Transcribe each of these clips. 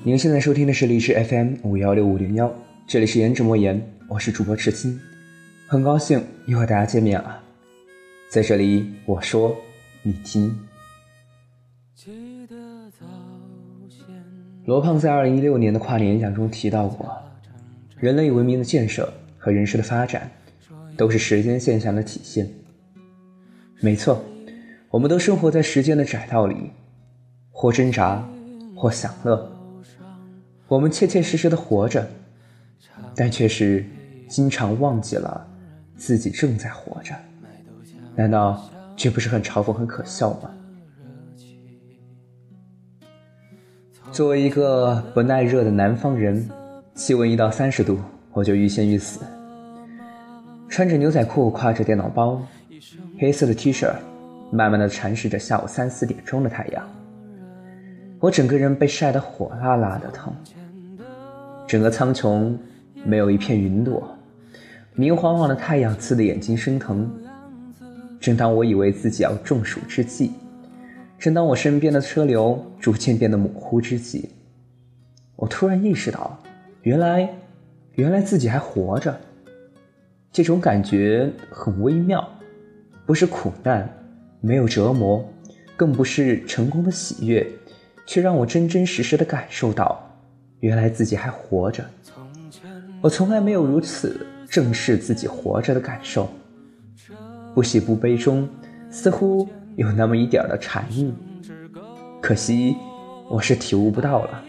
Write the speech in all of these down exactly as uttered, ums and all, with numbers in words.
您现在收听的是荔枝 F M 五幺六五零幺，这里是言之莫言，我是主播赤心，很高兴又和大家见面了。在这里我说你听。罗胖在二零一六年的跨年演讲中提到过，人类文明的建设和人世的发展都是时间现象的体现。没错，我们都生活在时间的窄道里，或挣扎或享乐，我们切切实实的活着，但却是经常忘记了自己正在活着。难道这不是很嘲讽很可笑吗？作为一个不耐热的南方人，气温一到三十度我就欲仙欲死。穿着牛仔裤，挎着电脑包，黑色的 T 恤，慢慢地蚕食着下午三四点钟的太阳。我整个人被晒得火辣辣的疼，整个苍穹没有一片云朵，明晃晃的太阳刺得眼睛生疼。正当我以为自己要中暑之际，正当我身边的车流逐渐变得模糊之际，我突然意识到，原来原来自己还活着。这种感觉很微妙，不是苦难，没有折磨，更不是成功的喜悦，却让我真真实实地感受到，原来自己还活着。我从来没有如此正视自己活着的感受，不喜不悲中似乎有那么一点的禅意，可惜我是体悟不到了。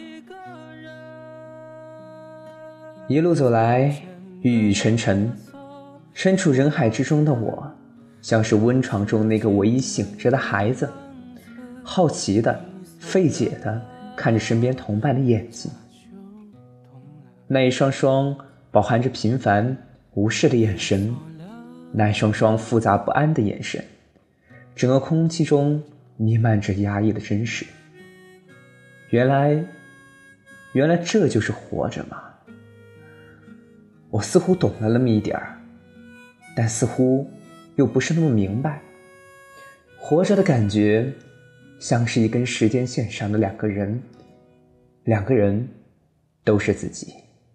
一路走来，郁郁沉沉，身处人海之中的我，像是温床中那个唯一醒着的孩子，好奇的费解的看着身边同伴的眼睛，那一双双饱含着平凡无视的眼神，那一双双复杂不安的眼神，整个空气中弥漫着压抑的真实。原来原来这就是活着吗？我似乎懂了那么一点儿，但似乎又不是那么明白。活着的感觉像是一根时间线上的两个人，两个人都是自己。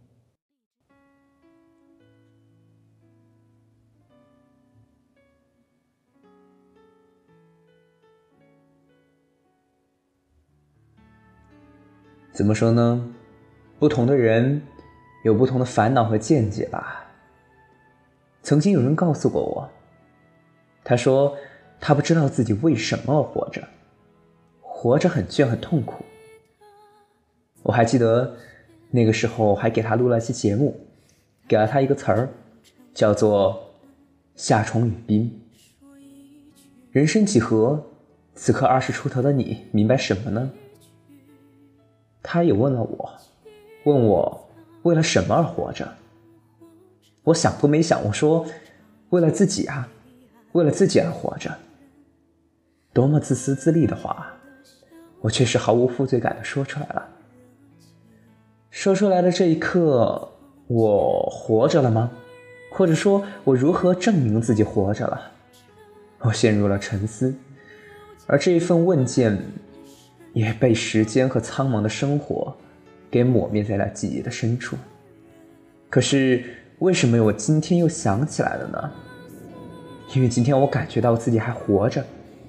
怎么说呢？不同的人有不同的烦恼和见解吧。曾经有人告诉过我，他说他不知道自己为什么而活着，活着很倦很痛苦。我还记得那个时候还给他录了期节目，给了他一个词儿，叫做夏虫语冰。人生几何，此刻二十出头的你明白什么呢？他也问了我，问我为了什么而活着。我想都没想，我说为了自己啊，为了自己而活着。多么自私自利的话，我却是毫无负罪感地说出来了。说出来的这一刻，我活着了吗？或者说我如何证明自己活着了？我陷入了沉思，而这一份问件也被时间和苍茫的生活给抹灭在了记忆的深处。可是为什么我今天又想起来了呢？因为今天我感觉到自己还活着。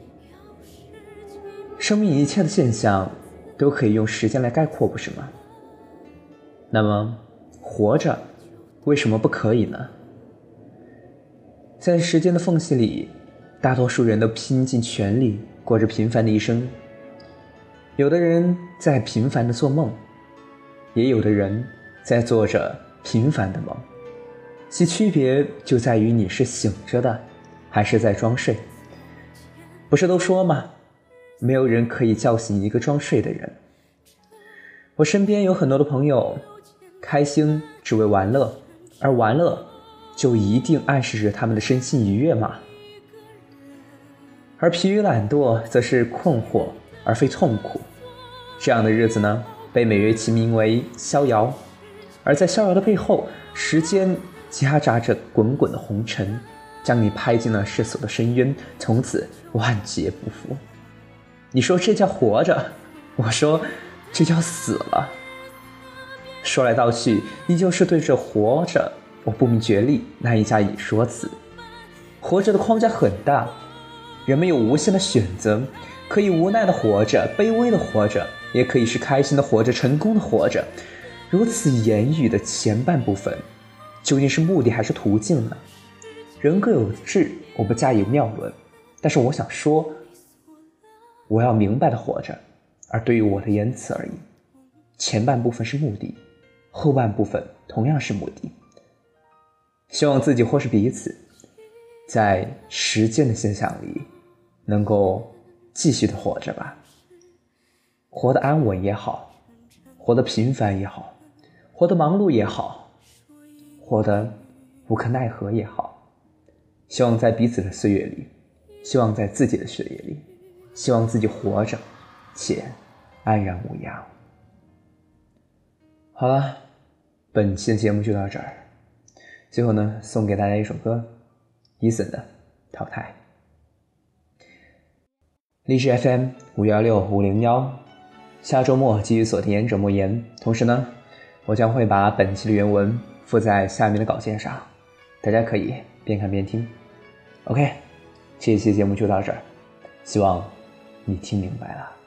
生命一切的现象都可以用时间来概括，不是吗？那么活着为什么不可以呢？在时间的缝隙里，大多数人都拼尽全力过着平凡的一生。有的人在平凡的做梦，也有的人在做着平凡的梦，其区别就在于你是醒着的还是在装睡。不是都说吗？没有人可以叫醒一个装睡的人。我身边有很多的朋友，开心只为玩乐，而玩乐就一定暗示着他们的身心愉悦吗？而疲于懒惰则是困惑而非痛苦。这样的日子呢，被美乐其名为逍遥。而在逍遥的背后，时间夹杂着滚滚的红尘，将你拍进了世俗的深渊，从此万劫不复。你说这叫活着，我说这叫死了。 说来道去，依旧是对这活着我不明觉厉，难以加以说辞。活着的框架很大，人们有无限的选择，可以无奈的活着，卑微的活着，也可以是开心的活着，成功的活着。如此言语的前半部分，究竟是目的还是途径呢？人各有志，我不加以谬论，但是我想说，我要明白的活着，而对于我的言辞而言，前半部分是目的，后半部分同样是目的。希望自己或是彼此，在时间的现象里，能够继续的活着吧。活得安稳也好，活得平凡也好，活得忙碌也好，活得无可奈何也好。希望在彼此的岁月里，希望在自己的血液里，希望自己活着且安然无恙。好了，本期的节目就到这儿。最后呢，送给大家一首歌，Eason 的《淘汰》。荔枝 F M 五幺六五零幺，下周末继续锁定言者莫言。同时呢，我将会把本期的原文附在下面的稿件上，大家可以边看边听。OK， 这期节目就到这儿，希望你听明白了。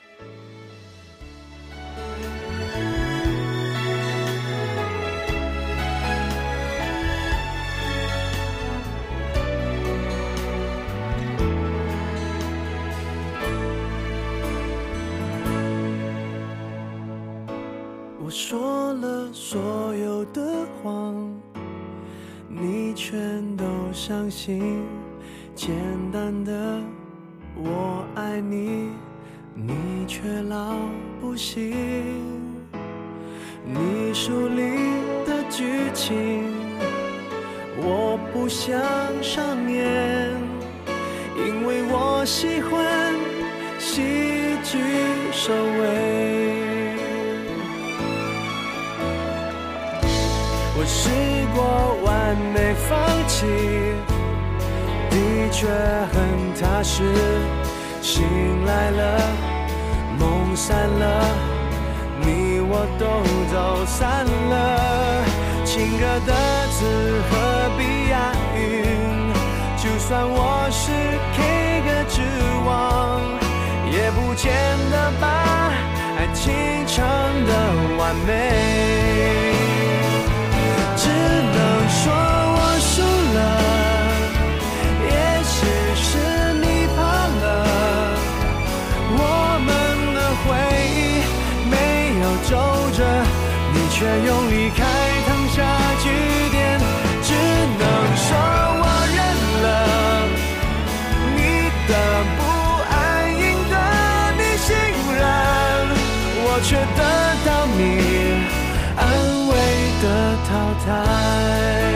我说了所有的谎，你全都相信，简单的我爱你，你却老不信。你书里的剧情我不想上演，因为我喜欢戏剧收尾。我试过完美放弃，的确很踏实，醒来了，梦散了，你我都走散了。情歌的字何必押韵，就算我是 K 歌之王，也不见得把爱情唱得完美。只能说我输了，也许是你怕了，我们的回忆没有皱着，你却用离开烫下句点。只能说我认了，你的不安赢得你信任，我却得到你安慰的淘汰。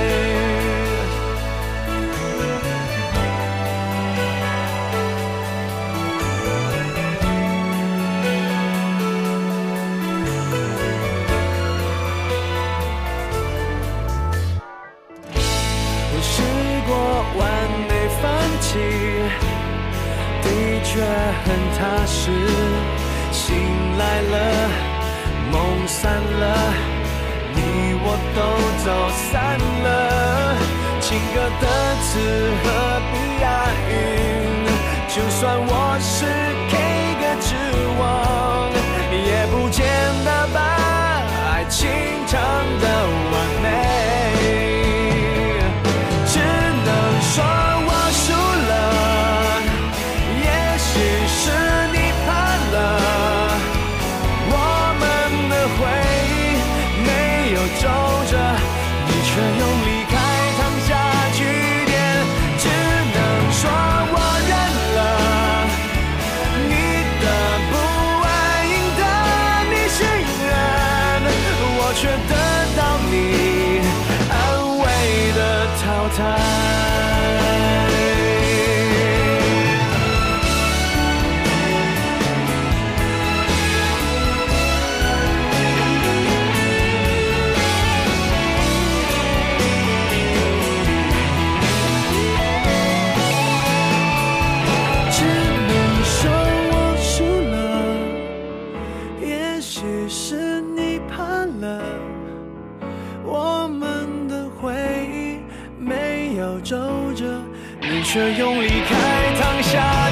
我试过完美放弃，的确很踏实，醒来了，梦散了，你我都走散了。情歌的词何必押韵，就算我是 K 歌之王，也不见得把爱情唱得完美。只能说我输了，也许是你怕了，我们的回忆没有皱着，你却用离开烫下句点。只能说我认了，你的不安赢得你信任，我却得到你安慰的淘汰。也许是你怕了， 中离开，躺下。